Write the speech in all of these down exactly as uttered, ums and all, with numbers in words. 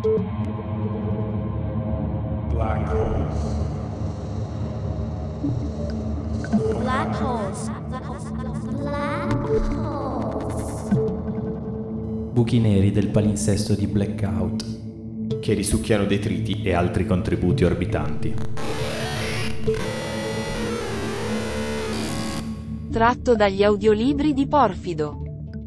Black holes. Black holes. Black holes. Buchi neri del palinsesto di Blackout, che risucchiano detriti e altri contributi orbitanti. Tratto dagli audiolibri di Porfido.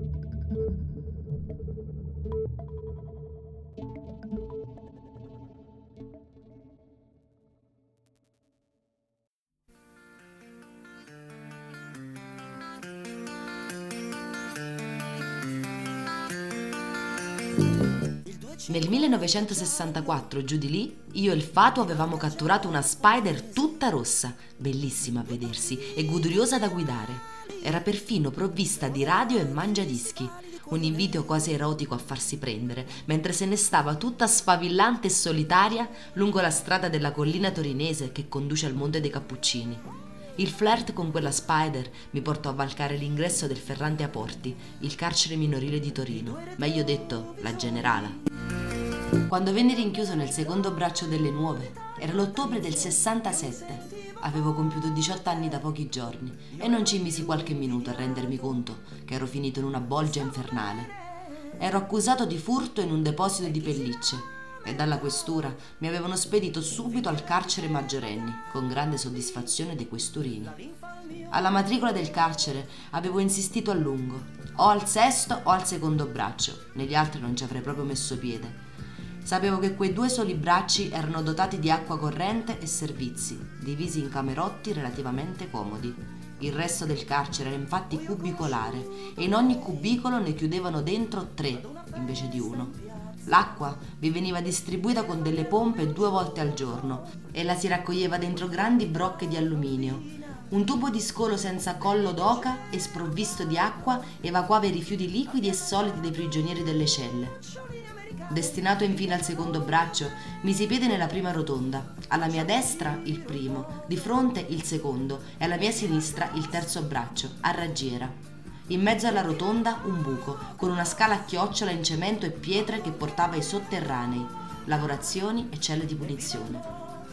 Nel millenovecentosessantaquattro, giù di lì, io e il Fatu avevamo catturato una Spider tutta rossa, bellissima a vedersi e goduriosa da guidare. Era perfino provvista di radio e mangiadischi, un invito quasi erotico a farsi prendere, mentre se ne stava tutta sfavillante e solitaria lungo la strada della collina torinese che conduce al Monte dei Cappuccini. Il flirt con quella Spider mi portò a valcare l'ingresso del Ferrante a Porti, il carcere minorile di Torino, meglio detto la Generala. Quando venne rinchiuso nel secondo braccio delle nuove, era l'ottobre del sessantasette. Avevo compiuto diciotto anni da pochi giorni e non ci misi qualche minuto a rendermi conto che ero finito in una bolgia infernale. Ero accusato di furto in un deposito di pellicce e dalla questura mi avevano spedito subito al carcere maggiorenni, con grande soddisfazione dei questurini. Alla matricola del carcere avevo insistito a lungo, o al sesto o al secondo braccio, negli altri non ci avrei proprio messo piede. Sapevo che quei due soli bracci erano dotati di acqua corrente e servizi, divisi in camerotti relativamente comodi. Il resto del carcere era infatti cubicolare e in ogni cubicolo ne chiudevano dentro tre invece di uno. L'acqua vi veniva distribuita con delle pompe due volte al giorno e la si raccoglieva dentro grandi brocche di alluminio. Un tubo di scolo senza collo d'oca e sprovvisto di acqua evacuava i rifiuti liquidi e solidi dei prigionieri delle celle. Destinato infine al secondo braccio, misi piede nella prima rotonda. Alla mia destra il primo, di fronte il secondo e alla mia sinistra il terzo braccio, a raggiera. In mezzo alla rotonda un buco, con una scala a chiocciola in cemento e pietre che portava ai sotterranei, lavorazioni e celle di punizione.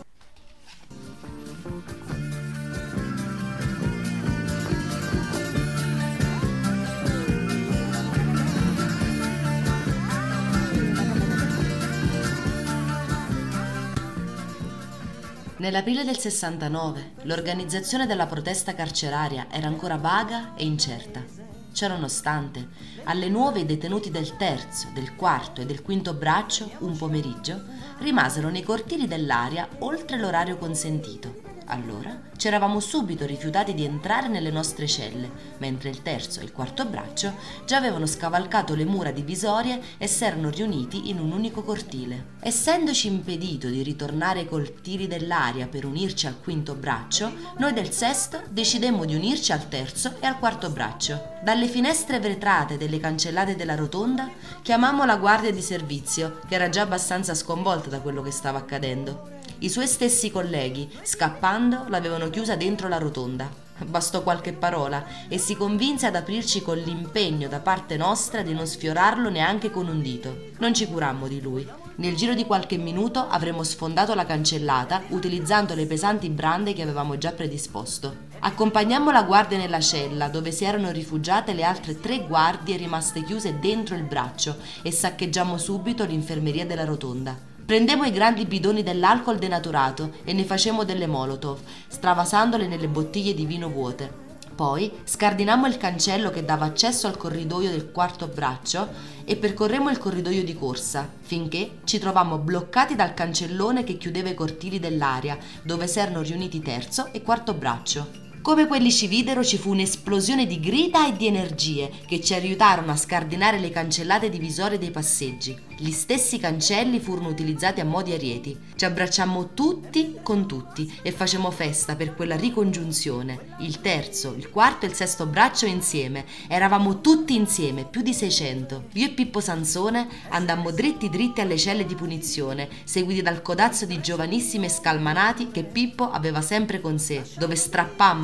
Nell'aprile del sessantanove l'organizzazione della protesta carceraria era ancora vaga e incerta. Ciononostante, alle nuove i detenuti del terzo, del quarto e del quinto braccio, un pomeriggio, rimasero nei cortili dell'aria oltre l'orario consentito. Allora ci eravamo subito rifiutati di entrare nelle nostre celle, mentre il terzo e il quarto braccio già avevano scavalcato le mura divisorie e si erano riuniti in un unico cortile. Essendoci impedito di ritornare ai cortili dell'aria per unirci al quinto braccio, noi del sesto decidemmo di unirci al terzo e al quarto braccio. Dalle finestre vetrate delle cancellate della rotonda chiamammo la guardia di servizio, che era già abbastanza sconvolta da quello che stava accadendo. I suoi stessi colleghi, scappando, l'avevano chiusa dentro la rotonda. Bastò qualche parola e si convinse ad aprirci con l'impegno da parte nostra di non sfiorarlo neanche con un dito. Non ci curammo di lui. Nel giro di qualche minuto avremmo sfondato la cancellata utilizzando le pesanti brande che avevamo già predisposto. Accompagnammo la guardia nella cella dove si erano rifugiate le altre tre guardie rimaste chiuse dentro il braccio e saccheggiammo subito l'infermeria della rotonda. Prendemmo i grandi bidoni dell'alcol denaturato e ne facemmo delle molotov, stravasandole nelle bottiglie di vino vuote. Poi scardinammo il cancello che dava accesso al corridoio del quarto braccio e percorremmo il corridoio di corsa, finché ci trovammo bloccati dal cancellone che chiudeva i cortili dell'aria, dove si erano riuniti terzo e quarto braccio. Come quelli ci videro ci fu un'esplosione di grida e di energie che ci aiutarono a scardinare le cancellate divisorie dei passeggi. Gli stessi cancelli furono utilizzati a mo' di arieti. Ci abbracciammo tutti con tutti e facemmo festa per quella ricongiunzione. Il terzo, il quarto e il sesto braccio insieme. Eravamo tutti insieme, più di seicento. Io e Pippo Sansone andammo dritti dritti alle celle di punizione, seguiti dal codazzo di giovanissimi e scalmanati che Pippo aveva sempre con sé, dove strappammo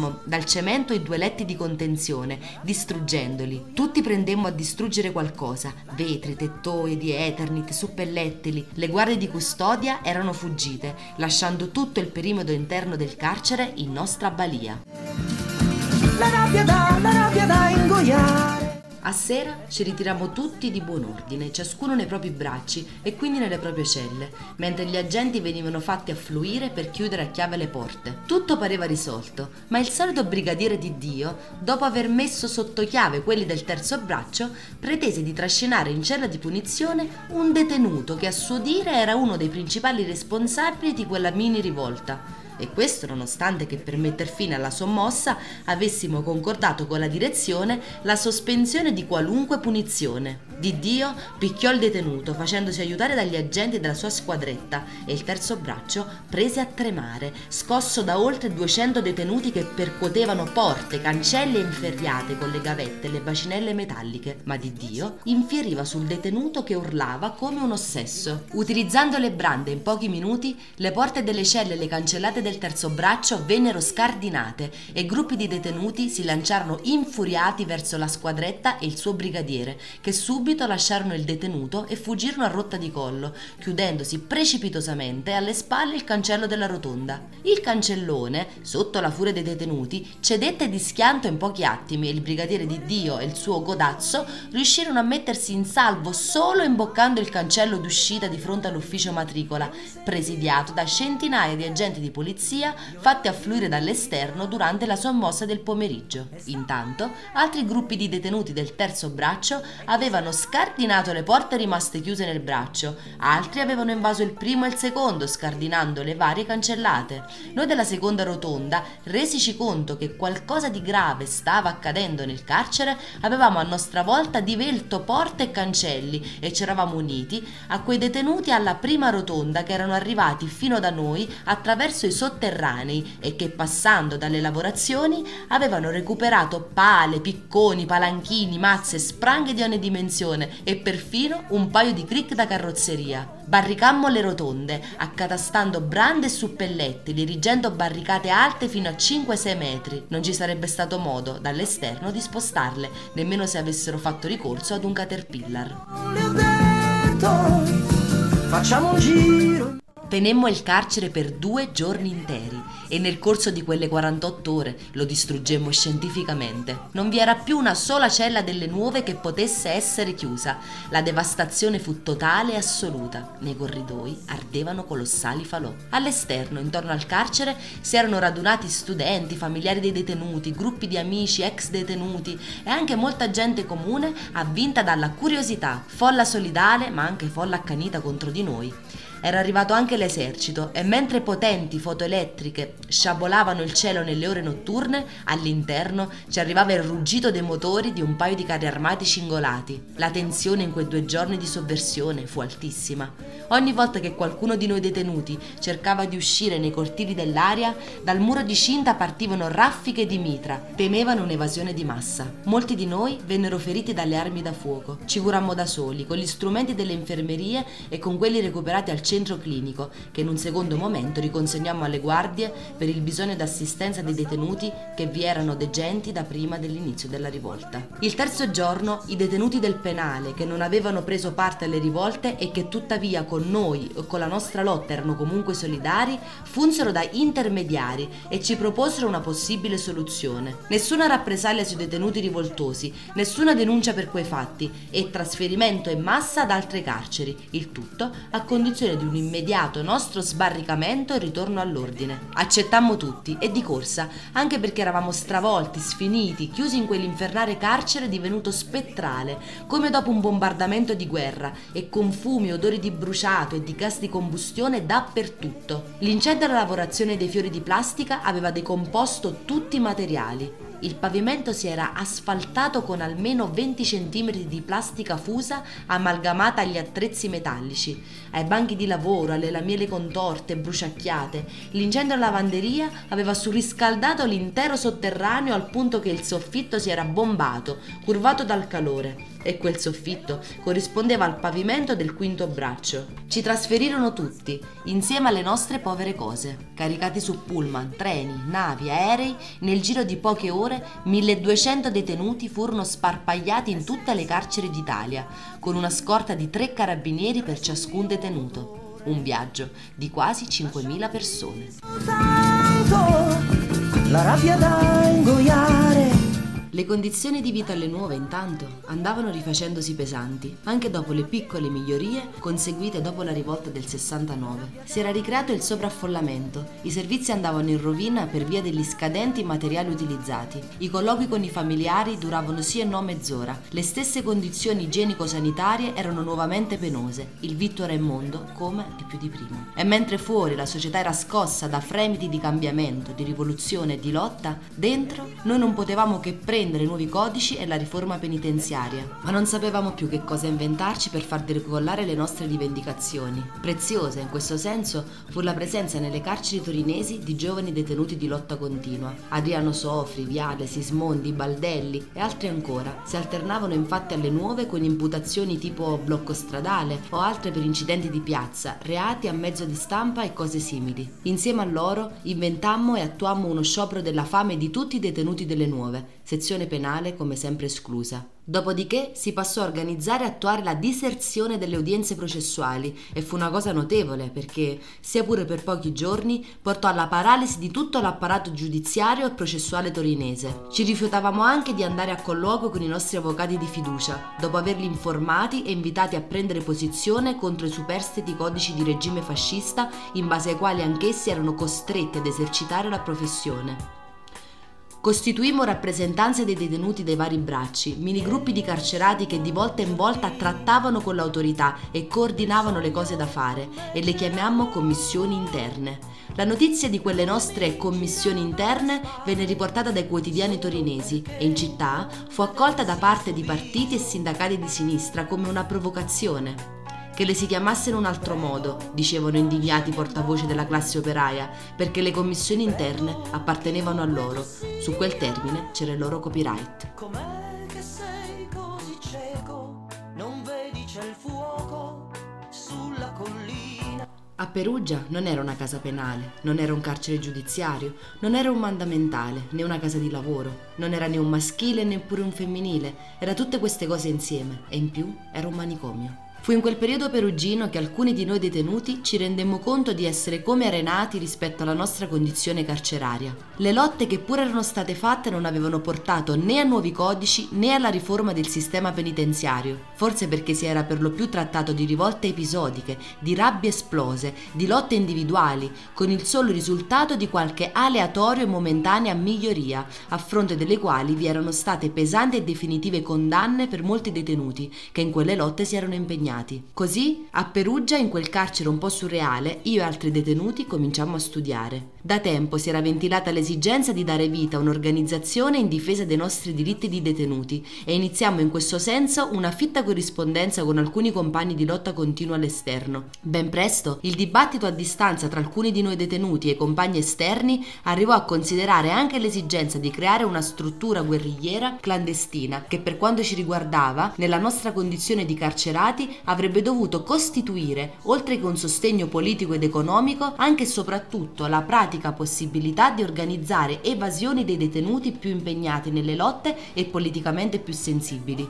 Tolsimo dal cemento i due letti di contenzione, distruggendoli. Tutti prendemmo a distruggere qualcosa: vetri, tettoie di Eternit, suppellettili. Le guardie di custodia erano fuggite, lasciando tutto il perimetro interno del carcere in nostra balia. La rabbia da, la rabbia da ingoiare. A sera ci ritirammo tutti di buon ordine, ciascuno nei propri bracci e quindi nelle proprie celle, mentre gli agenti venivano fatti affluire per chiudere a chiave le porte. Tutto pareva risolto, ma il solito brigadiere di Dio, dopo aver messo sotto chiave quelli del terzo braccio, pretese di trascinare in cella di punizione un detenuto che a suo dire era uno dei principali responsabili di quella mini rivolta. E questo nonostante che per metter fine alla sommossa avessimo concordato con la direzione la sospensione di qualunque punizione. Diddio picchiò il detenuto facendosi aiutare dagli agenti della sua squadretta e il terzo braccio prese a tremare, scosso da oltre duecento detenuti che percuotevano porte, cancelli e inferriate con le gavette e le bacinelle metalliche, ma Diddio infieriva sul detenuto che urlava come un ossesso. Utilizzando le brande in pochi minuti, le porte delle celle e le cancellate del terzo braccio vennero scardinate e gruppi di detenuti si lanciarono infuriati verso la squadretta e il suo brigadiere, che subito lasciarono il detenuto e fuggirono a rotta di collo, chiudendosi precipitosamente alle spalle il cancello della rotonda. Il cancellone, sotto la furia dei detenuti, cedette di schianto in pochi attimi e il brigadiere di Dio e il suo godazzo riuscirono a mettersi in salvo solo imboccando il cancello d'uscita di fronte all'ufficio matricola, presidiato da centinaia di agenti di polizia fatti affluire dall'esterno durante la sommossa del pomeriggio. Intanto, altri gruppi di detenuti del terzo braccio avevano scardinato le porte rimaste chiuse nel braccio, altri avevano invaso il primo e il secondo, scardinando le varie cancellate. Noi della seconda rotonda, resici conto che qualcosa di grave stava accadendo nel carcere, avevamo a nostra volta divelto porte e cancelli e ci eravamo uniti a quei detenuti alla prima rotonda che erano arrivati fino da noi attraverso i sotterranei e che, passando dalle lavorazioni, avevano recuperato pale, picconi, palanchini, mazze, spranghe di ogni dimensione e perfino un paio di cric da carrozzeria. Barricammo le rotonde, accatastando brande e suppellettili, erigendo barricate alte fino a cinque sei metri. Non ci sarebbe stato modo dall'esterno di spostarle, nemmeno se avessero fatto ricorso ad un caterpillar. Le ho detto, facciamo un giro. Tenemmo il carcere per due giorni interi e nel corso di quelle quarantotto ore lo distruggemmo scientificamente. Non vi era più una sola cella delle nuove che potesse essere chiusa. La devastazione fu totale e assoluta. Nei corridoi ardevano colossali falò. All'esterno, intorno al carcere, si erano radunati studenti, familiari dei detenuti, gruppi di amici, ex detenuti e anche molta gente comune avvinta dalla curiosità, folla solidale ma anche folla accanita contro di noi. Era arrivato anche l'esercito e mentre potenti fotoelettriche sciabolavano il cielo nelle ore notturne, all'interno ci arrivava il ruggito dei motori di un paio di carri armati cingolati. La tensione in quei due giorni di sovversione fu altissima. Ogni volta che qualcuno di noi detenuti cercava di uscire nei cortili dell'aria, dal muro di cinta partivano raffiche di mitra, temevano un'evasione di massa. Molti di noi vennero feriti dalle armi da fuoco. Ci curammo da soli, con gli strumenti delle infermerie e con quelli recuperati al centro clinico, che in un secondo momento riconsegnammo alle guardie per il bisogno d'assistenza dei detenuti che vi erano degenti da prima dell'inizio della rivolta. Il terzo giorno i detenuti del penale che non avevano preso parte alle rivolte e che tuttavia con noi o con la nostra lotta erano comunque solidari, funsero da intermediari e ci proposero una possibile soluzione. Nessuna rappresaglia sui detenuti rivoltosi, nessuna denuncia per quei fatti e trasferimento in massa ad altre carceri, il tutto a condizione di un immediato nostro sbarricamento e ritorno all'ordine. Accettammo tutti e di corsa, anche perché eravamo stravolti, sfiniti, chiusi in quell'infernale carcere divenuto spettrale, come dopo un bombardamento di guerra, e con fumi, odori di bruciato e di gas di combustione dappertutto. L'incendio alla lavorazione dei fiori di plastica aveva decomposto tutti i materiali. Il pavimento si era asfaltato con almeno venti centimetri di plastica fusa amalgamata agli attrezzi metallici, ai banchi di lavoro, alle lamiere contorte, bruciacchiate. L'incendio alla lavanderia aveva surriscaldato l'intero sotterraneo al punto che il soffitto si era bombato, curvato dal calore. e quel soffitto corrispondeva al pavimento del quinto braccio. Ci trasferirono tutti, insieme alle nostre povere cose. Caricati su pullman, treni, navi, aerei, nel giro di poche ore milleduecento detenuti furono sparpagliati in tutte le carceri d'Italia, con una scorta di tre carabinieri per ciascun detenuto. Un viaggio di quasi cinquemila persone. La rabbia da ingoiare. Le condizioni di vita alle nuove, intanto, andavano rifacendosi pesanti, anche dopo le piccole migliorie conseguite dopo la rivolta del sessantanove. Si era ricreato il sovraffollamento, i servizi andavano in rovina per via degli scadenti materiali utilizzati, i colloqui con i familiari duravano sì e no mezz'ora, le stesse condizioni igienico-sanitarie erano nuovamente penose, il vitto era immondo come e più di prima. E mentre fuori la società era scossa da fremiti di cambiamento, di rivoluzione e di lotta, dentro noi non potevamo che prendere nuovi codici e la riforma penitenziaria, ma non sapevamo più che cosa inventarci per far decollare le nostre rivendicazioni. Preziosa in questo senso fu la presenza nelle carceri torinesi di giovani detenuti di lotta continua. Adriano Sofri, Viale, Sismondi, Baldelli e altri ancora si alternavano infatti alle nuove con imputazioni tipo blocco stradale o altre per incidenti di piazza, reati a mezzo di stampa e cose simili. Insieme a loro inventammo e attuammo uno sciopero della fame di tutti i detenuti delle nuove, sezione penale come sempre esclusa. Dopodiché si passò a organizzare e attuare la diserzione delle udienze processuali e fu una cosa notevole perché, sia pure per pochi giorni, portò alla paralisi di tutto l'apparato giudiziario e processuale torinese. Ci rifiutavamo anche di andare a colloquio con i nostri avvocati di fiducia, dopo averli informati e invitati a prendere posizione contro i superstiti codici di regime fascista in base ai quali anch'essi erano costretti ad esercitare la professione. Costituimmo rappresentanze dei detenuti dei vari bracci, minigruppi di carcerati che di volta in volta trattavano con l'autorità e coordinavano le cose da fare e le chiamiammo commissioni interne. La notizia di quelle nostre commissioni interne venne riportata dai quotidiani torinesi e in città fu accolta da parte di partiti e sindacati di sinistra come una provocazione. Che le si chiamasse in un altro modo, dicevano indignati portavoce della classe operaia, perché le commissioni interne appartenevano a loro. Su quel termine c'era il loro copyright. Com'è che sei così cieco? Non vedi c'è il fuoco sulla collina. A Perugia non era una casa penale, non era un carcere giudiziario, non era un mandamentale, né una casa di lavoro, non era né un maschile neppure un femminile, era tutte queste cose insieme e in più era un manicomio. Fu in quel periodo perugino che alcuni di noi detenuti ci rendemmo conto di essere come arenati rispetto alla nostra condizione carceraria. Le lotte che pure erano state fatte non avevano portato né a nuovi codici né alla riforma del sistema penitenziario, forse perché si era per lo più trattato di rivolte episodiche, di rabbie esplose, di lotte individuali, con il solo risultato di qualche aleatorio e momentanea miglioria, a fronte delle quali vi erano state pesanti e definitive condanne per molti detenuti che in quelle lotte si erano impegnati. Così, a Perugia, in quel carcere un po' surreale, io e altri detenuti cominciammo a studiare. Da tempo si era ventilata l'esigenza di dare vita a un'organizzazione in difesa dei nostri diritti di detenuti e iniziammo in questo senso una fitta corrispondenza con alcuni compagni di lotta continua all'esterno. Ben presto, il dibattito a distanza tra alcuni di noi detenuti e i compagni esterni arrivò a considerare anche l'esigenza di creare una struttura guerrigliera clandestina che, per quanto ci riguardava, nella nostra condizione di carcerati, avrebbe dovuto costituire, oltre che un sostegno politico ed economico, anche e soprattutto la pratica possibilità di organizzare evasioni dei detenuti più impegnati nelle lotte e politicamente più sensibili.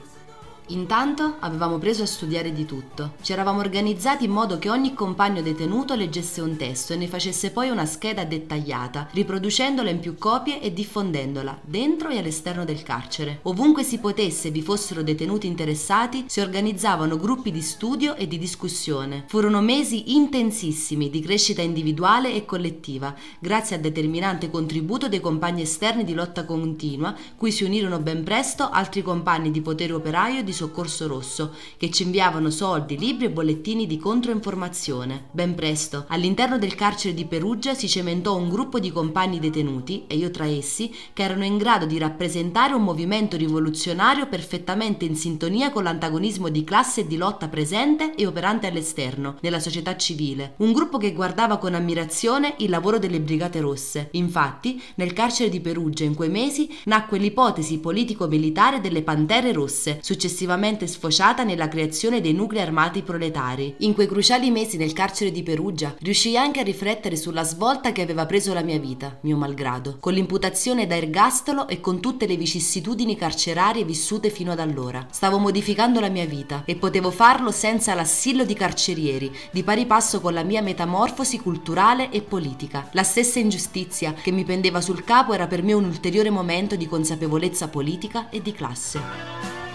Intanto avevamo preso a studiare di tutto. Ci eravamo organizzati in modo che ogni compagno detenuto leggesse un testo e ne facesse poi una scheda dettagliata, riproducendola in più copie e diffondendola dentro e all'esterno del carcere. Ovunque si potesse e vi fossero detenuti interessati, si organizzavano gruppi di studio e di discussione. Furono mesi intensissimi di crescita individuale e collettiva, grazie al determinante contributo dei compagni esterni di lotta continua, cui si unirono ben presto altri compagni di potere operaio e di Soccorso Rosso, che ci inviavano soldi, libri e bollettini di controinformazione. Ben presto, all'interno del carcere di Perugia si cementò un gruppo di compagni detenuti, e io tra essi, che erano in grado di rappresentare un movimento rivoluzionario perfettamente in sintonia con l'antagonismo di classe e di lotta presente e operante all'esterno, nella società civile. Un gruppo che guardava con ammirazione il lavoro delle Brigate Rosse. Infatti, nel carcere di Perugia in quei mesi nacque l'ipotesi politico-militare delle Pantere Rosse, successivamente successivamente sfociata nella creazione dei nuclei armati proletari. In quei cruciali mesi nel carcere di Perugia riuscii anche a riflettere sulla svolta che aveva preso la mia vita, mio malgrado, con l'imputazione da ergastolo e con tutte le vicissitudini carcerarie vissute fino ad allora. Stavo modificando la mia vita e potevo farlo senza l'assillo di carcerieri, di pari passo con la mia metamorfosi culturale e politica. La stessa ingiustizia che mi pendeva sul capo era per me un ulteriore momento di consapevolezza politica e di classe.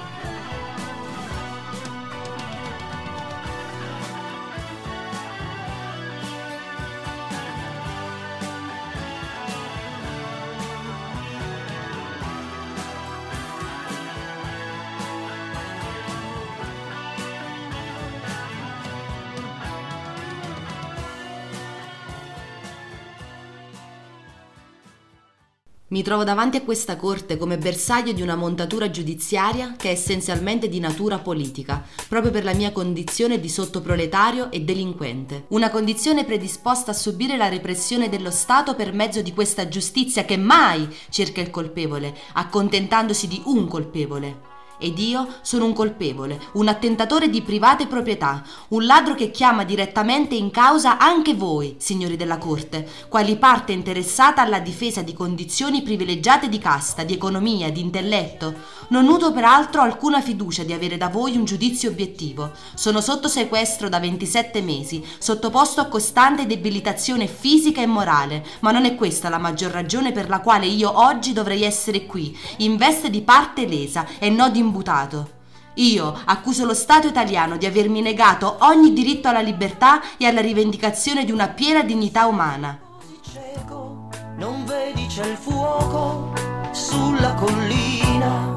Mi trovo davanti a questa corte come bersaglio di una montatura giudiziaria che è essenzialmente di natura politica, proprio per la mia condizione di sottoproletario e delinquente. Una condizione predisposta a subire la repressione dello Stato per mezzo di questa giustizia che mai cerca il colpevole, accontentandosi di un colpevole. Ed io sono un colpevole, un attentatore di private proprietà, un ladro che chiama direttamente in causa anche voi, signori della Corte, quali parte interessata alla difesa di condizioni privilegiate di casta, di economia, di intelletto. Non nudo peraltro alcuna fiducia di avere da voi un giudizio obiettivo. Sono sotto sequestro da ventisette mesi, sottoposto a costante debilitazione fisica e morale, ma non è questa la maggior ragione per la quale io oggi dovrei essere qui, in veste di parte lesa e no di imputato. Io accuso lo Stato italiano di avermi negato ogni diritto alla libertà e alla rivendicazione di una piena dignità umana. Cieco, non vedi c'è il fuoco sulla collina.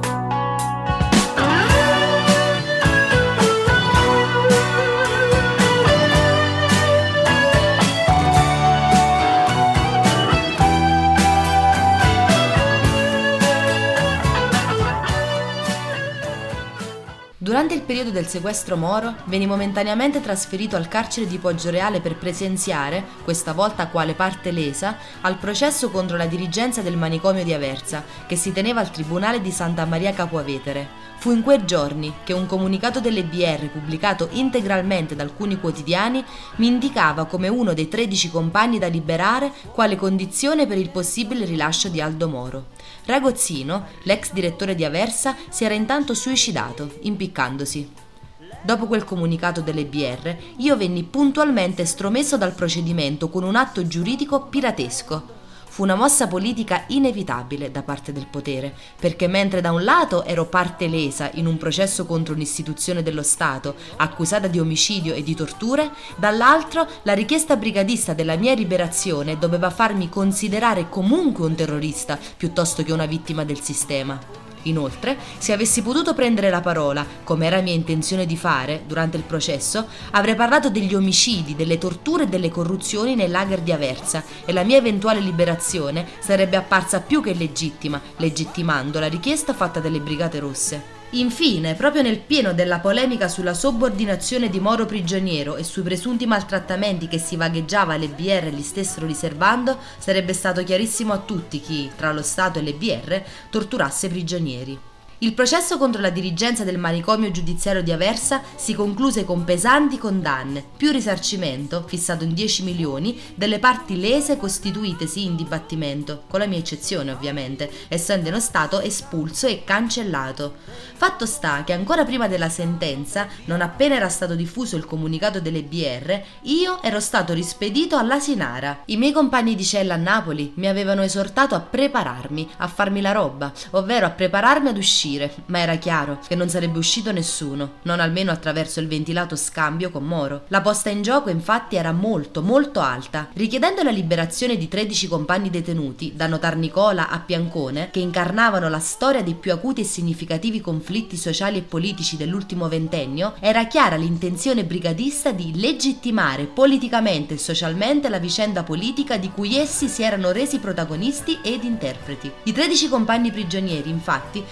Durante il periodo del sequestro Moro, venni momentaneamente trasferito al carcere di Poggioreale per presenziare, questa volta quale parte lesa, al processo contro la dirigenza del manicomio di Aversa, che si teneva al Tribunale di Santa Maria Capua Vetere. Fu in quei giorni che un comunicato delle B R pubblicato integralmente da alcuni quotidiani mi indicava come uno dei tredici compagni da liberare quale condizione per il possibile rilascio di Aldo Moro. Ragozzino, l'ex direttore di Aversa, si era intanto suicidato, impiccandosi. Dopo quel comunicato delle B R, io venni puntualmente estromesso dal procedimento con un atto giuridico piratesco. Fu una mossa politica inevitabile da parte del potere, perché mentre da un lato ero parte lesa in un processo contro un'istituzione dello Stato accusata di omicidio e di torture, dall'altro la richiesta brigadista della mia liberazione doveva farmi considerare comunque un terrorista piuttosto che una vittima del sistema. Inoltre, se avessi potuto prendere la parola, come era mia intenzione di fare durante il processo, avrei parlato degli omicidi, delle torture e delle corruzioni nel lager di Aversa e la mia eventuale liberazione sarebbe apparsa più che legittima, legittimando la richiesta fatta dalle Brigate Rosse. Infine, proprio nel pieno della polemica sulla subordinazione di Moro prigioniero e sui presunti maltrattamenti che si vagheggiava alle B R gli stessero riservando, sarebbe stato chiarissimo a tutti chi, tra lo Stato e le B R, torturasse prigionieri. Il processo contro la dirigenza del manicomio giudiziario di Aversa si concluse con pesanti condanne, più risarcimento, fissato in dieci milioni, delle parti lese costituitesi in dibattimento, con la mia eccezione ovviamente, essendo uno Stato espulso e cancellato. Fatto sta che ancora prima della sentenza, non appena era stato diffuso il comunicato delle B R, io ero stato rispedito all'Asinara. I miei compagni di cella a Napoli mi avevano esortato a prepararmi, a farmi la roba, ovvero a prepararmi ad uscire. Ma era chiaro che non sarebbe uscito nessuno, non almeno attraverso il ventilato scambio con Moro. La posta in gioco infatti era molto molto alta. Richiedendo la liberazione di tredici compagni detenuti, da Notar Nicola a Piancone, che incarnavano la storia dei più acuti e significativi conflitti sociali e politici dell'ultimo ventennio, era chiara l'intenzione brigadista di legittimare politicamente e socialmente la vicenda politica di cui essi si erano resi protagonisti ed interpreti. I tredici compagni prigionieri, infatti, non erano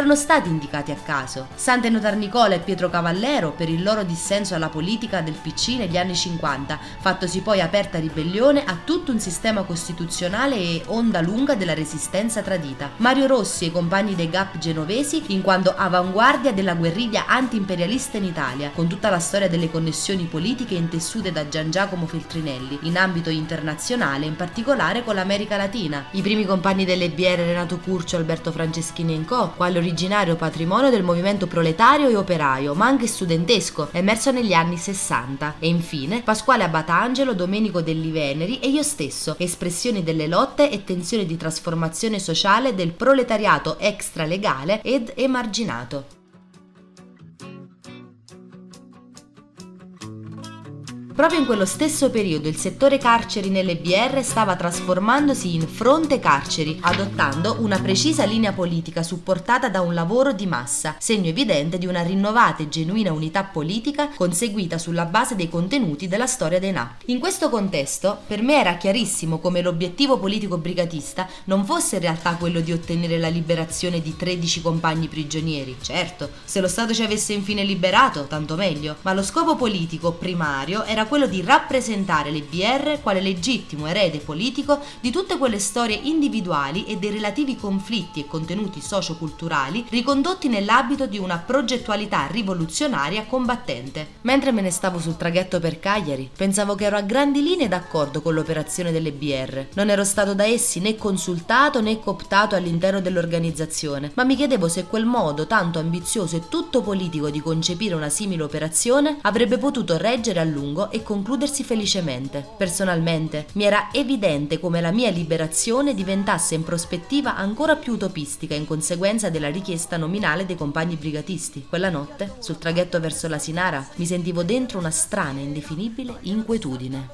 erano stati indicati a caso. Sant'Enotar Nicola e Pietro Cavallero per il loro dissenso alla politica del P C negli anni cinquanta, fattosi poi aperta ribellione a tutto un sistema costituzionale e onda lunga della resistenza tradita. Mario Rossi e i compagni dei G A P genovesi in quanto avanguardia della guerriglia anti-imperialista in Italia, con tutta la storia delle connessioni politiche intessute da Gian Giacomo Feltrinelli in ambito internazionale, in particolare con l'America Latina. I primi compagni delle B R Renato Curcio e Alberto Franceschini and Co., quale originario patrimonio del movimento proletario e operaio, ma anche studentesco, emerso negli anni sessanta. E infine Pasquale Abatangelo, Domenico Delli Veneri e io stesso, espressioni delle lotte e tensioni di trasformazione sociale del proletariato extralegale ed emarginato. Proprio in quello stesso periodo il settore carceri nelle B R stava trasformandosi in fronte carceri, adottando una precisa linea politica supportata da un lavoro di massa, segno evidente di una rinnovata e genuina unità politica conseguita sulla base dei contenuti della storia dei N A P. In questo contesto, per me era chiarissimo come l'obiettivo politico brigatista non fosse in realtà quello di ottenere la liberazione di tredici compagni prigionieri. Certo, se lo Stato ci avesse infine liberato, tanto meglio, ma lo scopo politico primario era quello di rappresentare le B R quale legittimo erede politico di tutte quelle storie individuali e dei relativi conflitti e contenuti socioculturali ricondotti nell'ambito di una progettualità rivoluzionaria combattente. Mentre me ne stavo sul traghetto per Cagliari, pensavo che ero a grandi linee d'accordo con l'operazione delle B R. Non ero stato da essi né consultato né cooptato all'interno dell'organizzazione, ma mi chiedevo se quel modo tanto ambizioso e tutto politico di concepire una simile operazione avrebbe potuto reggere a lungo e concludersi felicemente. Personalmente, mi era evidente come la mia liberazione diventasse in prospettiva ancora più utopistica in conseguenza della richiesta nominale dei compagni brigatisti. Quella notte, sul traghetto verso l'Asinara, mi sentivo dentro una strana e indefinibile inquietudine.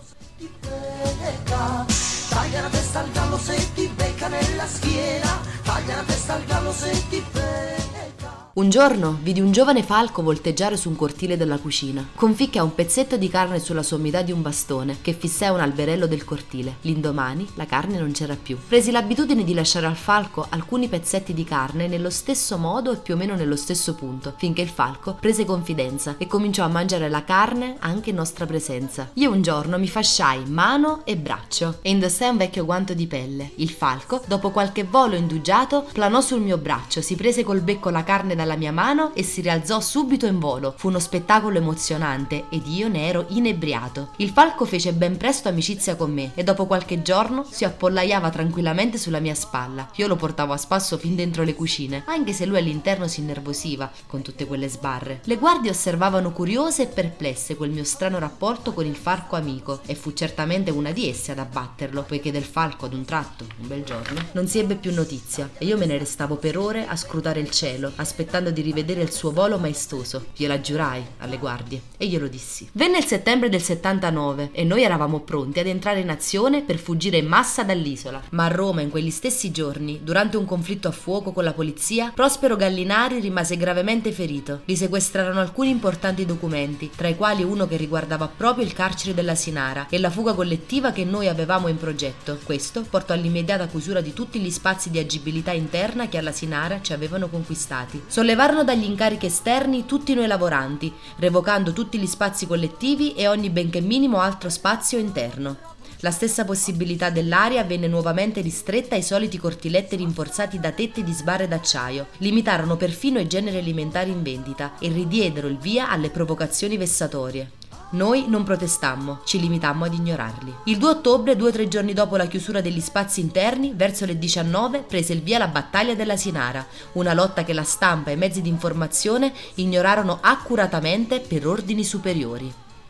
Taglia la testa al gallo se ti becca nella schiena, taglia la testa al gallo se ti becca. Un giorno vidi un giovane falco volteggiare su un cortile della cucina. Conficchia un pezzetto di carne sulla sommità di un bastone che fissò un alberello del cortile. L'indomani la carne non c'era più. Presi l'abitudine di lasciare al falco alcuni pezzetti di carne nello stesso modo e più o meno nello stesso punto, finché il falco prese confidenza e cominciò a mangiare la carne anche in nostra presenza. Io un giorno mi fasciai mano e braccio e indossai un vecchio guanto di pelle. Il falco, dopo qualche volo indugiato, planò sul mio braccio, si prese col becco la carne dalla mia mano e si rialzò subito in volo. Fu uno spettacolo emozionante ed io ne ero inebriato. Il falco fece ben presto amicizia con me e dopo qualche giorno si appollaiava tranquillamente sulla mia spalla. Io lo portavo a spasso fin dentro le cucine, anche se lui all'interno si innervosiva con tutte quelle sbarre. Le guardie osservavano curiose e perplesse quel mio strano rapporto con il falco amico e fu certamente una di esse ad abbatterlo, poiché del falco ad un tratto, un bel giorno, non si ebbe più notizia e io me ne restavo per ore a scrutare il cielo, aspettando di rivedere il suo volo maestoso. Gliela giurai alle guardie e glielo dissi. Venne il settembre del settantanove e noi eravamo pronti ad entrare in azione per fuggire in massa dall'isola. Ma a Roma in quegli stessi giorni, durante un conflitto a fuoco con la polizia, Prospero Gallinari rimase gravemente ferito. Gli sequestrarono alcuni importanti documenti, tra i quali uno che riguardava proprio il carcere dell'Asinara e la fuga collettiva che noi avevamo in progetto. Questo portò all'immediata chiusura di tutti gli spazi di agibilità interna che all'Asinara ci avevano conquistati. Sollevarono dagli incarichi esterni tutti noi lavoranti, revocando tutti gli spazi collettivi e ogni benché minimo altro spazio interno. La stessa possibilità dell'aria venne nuovamente ristretta ai soliti cortiletti rinforzati da tetti di sbarre d'acciaio, limitarono perfino i generi alimentari in vendita e ridiedero il via alle provocazioni vessatorie. Noi non protestammo, ci limitammo ad ignorarli. Il due ottobre, due o tre giorni dopo la chiusura degli spazi interni, verso le diciannove prese il via la battaglia dell'Asinara, una lotta che la stampa e i mezzi di informazione ignorarono accuratamente per ordini superiori.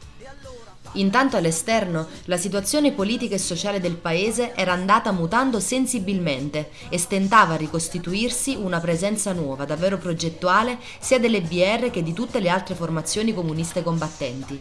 Intanto all'esterno la situazione politica e sociale del paese era andata mutando sensibilmente e stentava a ricostituirsi una presenza nuova, davvero progettuale, sia delle B R che di tutte le altre formazioni comuniste combattenti.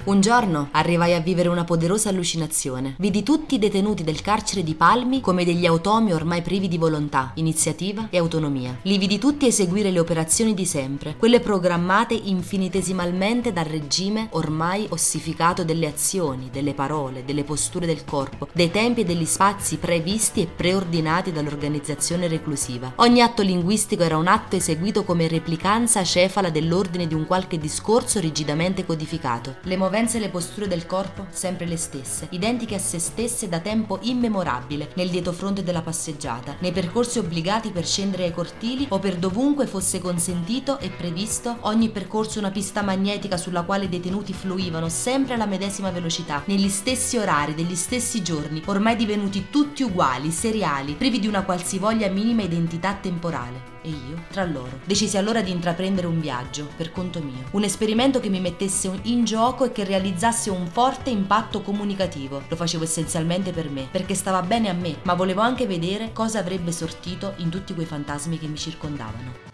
Un giorno arrivai a vivere una poderosa allucinazione. Vidi tutti i detenuti del carcere di Palmi come degli automi ormai privi di volontà, iniziativa e autonomia. Li vidi tutti eseguire le operazioni di sempre, quelle programmate infinitesimalmente dal regime ormai ossificato delle azioni, delle parole, delle posture del corpo, dei tempi e degli spazi previsti e preordinati dall'organizzazione reclusiva. Ogni atto linguistico era un atto eseguito come replicanza cefala dell'ordine di un qualche discorso rigidamente codificato. Le movenze e le posture del corpo sempre le stesse, identiche a se stesse da tempo immemorabile, nel dietofronte della passeggiata, nei percorsi obbligati per scendere ai cortili o per dovunque fosse consentito e previsto, ogni percorso una pista magnetica sulla quale i detenuti fluivano sempre alla medesima velocità, negli stessi orari degli stessi giorni, ormai divenuti tutti uguali, seriali, privi di una qualsivoglia minima identità temporale. E io, tra loro, decisi allora di intraprendere un viaggio, per conto mio. Un esperimento che mi mettesse in gioco e che realizzasse un forte impatto comunicativo. Lo facevo essenzialmente per me, perché stava bene a me, ma volevo anche vedere cosa avrebbe sortito in tutti quei fantasmi che mi circondavano.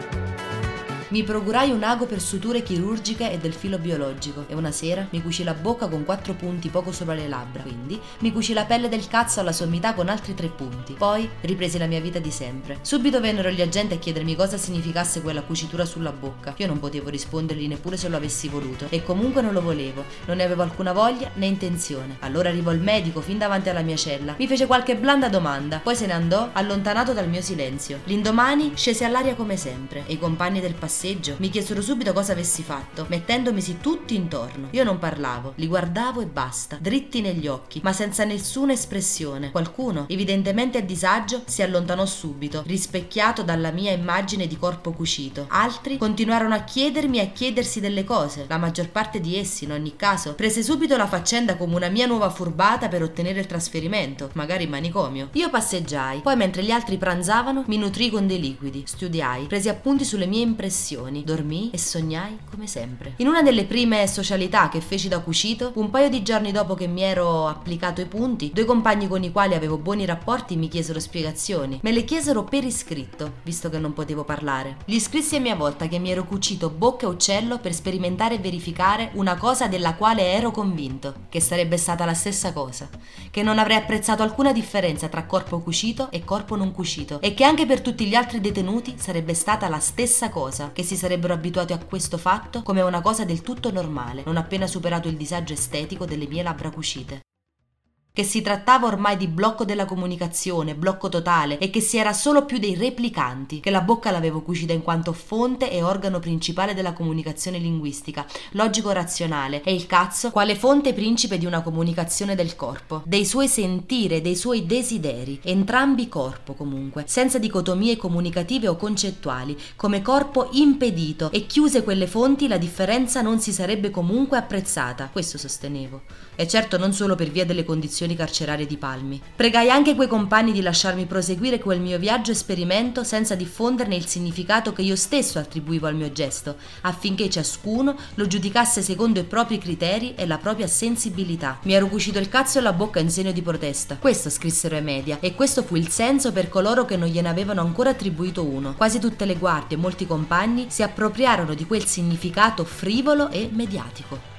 Mi procurai un ago per suture chirurgiche e del filo biologico e una sera mi cucì la bocca con quattro punti poco sopra le labbra, quindi mi cucì la pelle del cazzo alla sommità con altri tre punti. Poi ripresi la mia vita di sempre. Subito vennero gli agenti a chiedermi cosa significasse quella cucitura sulla bocca. Io non potevo rispondergli neppure se lo avessi voluto e comunque non lo volevo, non ne avevo alcuna voglia né intenzione. Allora arrivò il medico fin davanti alla mia cella, mi fece qualche blanda domanda, poi se ne andò allontanato dal mio silenzio. L'indomani scese all'aria come sempre e i compagni del passaggio mi chiesero subito cosa avessi fatto, mettendomisi tutti intorno. Io non parlavo, li guardavo e basta, dritti negli occhi, ma senza nessuna espressione. Qualcuno, evidentemente a disagio, si allontanò subito, rispecchiato dalla mia immagine di corpo cucito. Altri continuarono a chiedermi e a chiedersi delle cose. La maggior parte di essi, in ogni caso, prese subito la faccenda come una mia nuova furbata per ottenere il trasferimento, magari in manicomio. Io passeggiai, poi mentre gli altri pranzavano mi nutrii con dei liquidi, studiai, presi appunti sulle mie impressioni, dormii e sognai come sempre. In una delle prime socialità che feci da cucito, un paio di giorni dopo che mi ero applicato i punti, due compagni con i quali avevo buoni rapporti mi chiesero spiegazioni. Me le chiesero per iscritto, visto che non potevo parlare. Gli scrissi a mia volta che mi ero cucito bocca e uccello per sperimentare e verificare una cosa della quale ero convinto, che sarebbe stata la stessa cosa, che non avrei apprezzato alcuna differenza tra corpo cucito e corpo non cucito e che anche per tutti gli altri detenuti sarebbe stata la stessa cosa, che si sarebbero abituati a questo fatto come a una cosa del tutto normale, non appena superato il disagio estetico delle mie labbra cucite. Che si trattava ormai di blocco della comunicazione, blocco totale, e che si era solo più dei replicanti, che la bocca l'avevo cucita in quanto fonte e organo principale della comunicazione linguistica, logico-razionale, e il cazzo quale fonte principe di una comunicazione del corpo, dei suoi sentire, dei suoi desideri, entrambi corpo comunque, senza dicotomie comunicative o concettuali, come corpo impedito, e chiuse quelle fonti la differenza non si sarebbe comunque apprezzata, questo sostenevo. E certo non solo per via delle condizioni carcerarie di Palmi. Pregai anche quei compagni di lasciarmi proseguire quel mio viaggio esperimento senza diffonderne il significato che io stesso attribuivo al mio gesto, affinché ciascuno lo giudicasse secondo i propri criteri e la propria sensibilità. Mi ero cucito il cazzo e la bocca in segno di protesta. Questo scrissero i media e questo fu il senso per coloro che non gliene avevano ancora attribuito uno. Quasi tutte le guardie e molti compagni si appropriarono di quel significato frivolo e mediatico.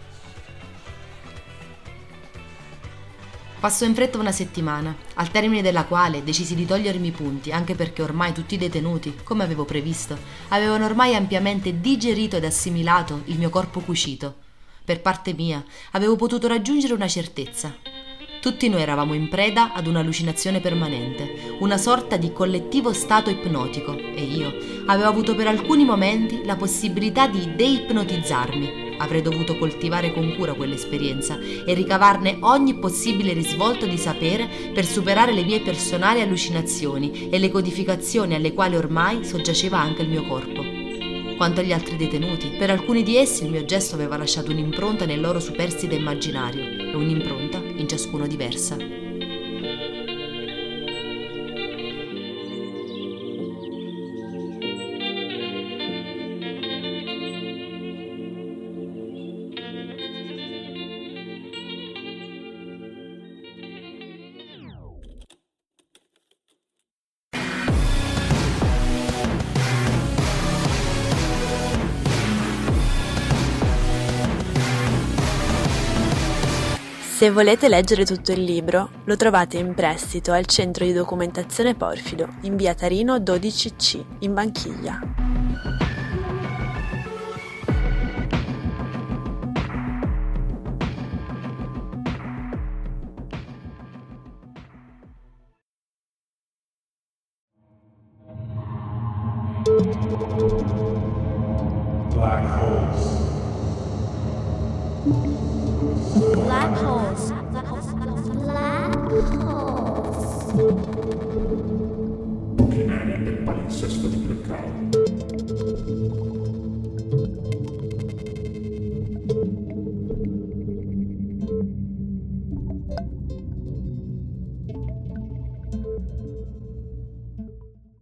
Passò in fretta una settimana, al termine della quale decisi di togliermi i punti, anche perché ormai tutti i detenuti, come avevo previsto, avevano ormai ampiamente digerito ed assimilato il mio corpo cucito. Per parte mia, avevo potuto raggiungere una certezza. Tutti noi eravamo in preda ad un'allucinazione permanente, una sorta di collettivo stato ipnotico, e io avevo avuto per alcuni momenti la possibilità di deipnotizzarmi. Avrei dovuto coltivare con cura quell'esperienza e ricavarne ogni possibile risvolto di sapere per superare le mie personali allucinazioni e le codificazioni alle quali ormai soggiaceva anche il mio corpo. Quanto agli altri detenuti, per alcuni di essi il mio gesto aveva lasciato un'impronta nel loro superstite immaginario e un'impronta in ciascuno diversa. Se volete leggere tutto il libro, lo trovate in prestito al Centro di Documentazione Porfido, in via Tarino dodici C, in Banchiglia. Black holes. Black holes. Black holes.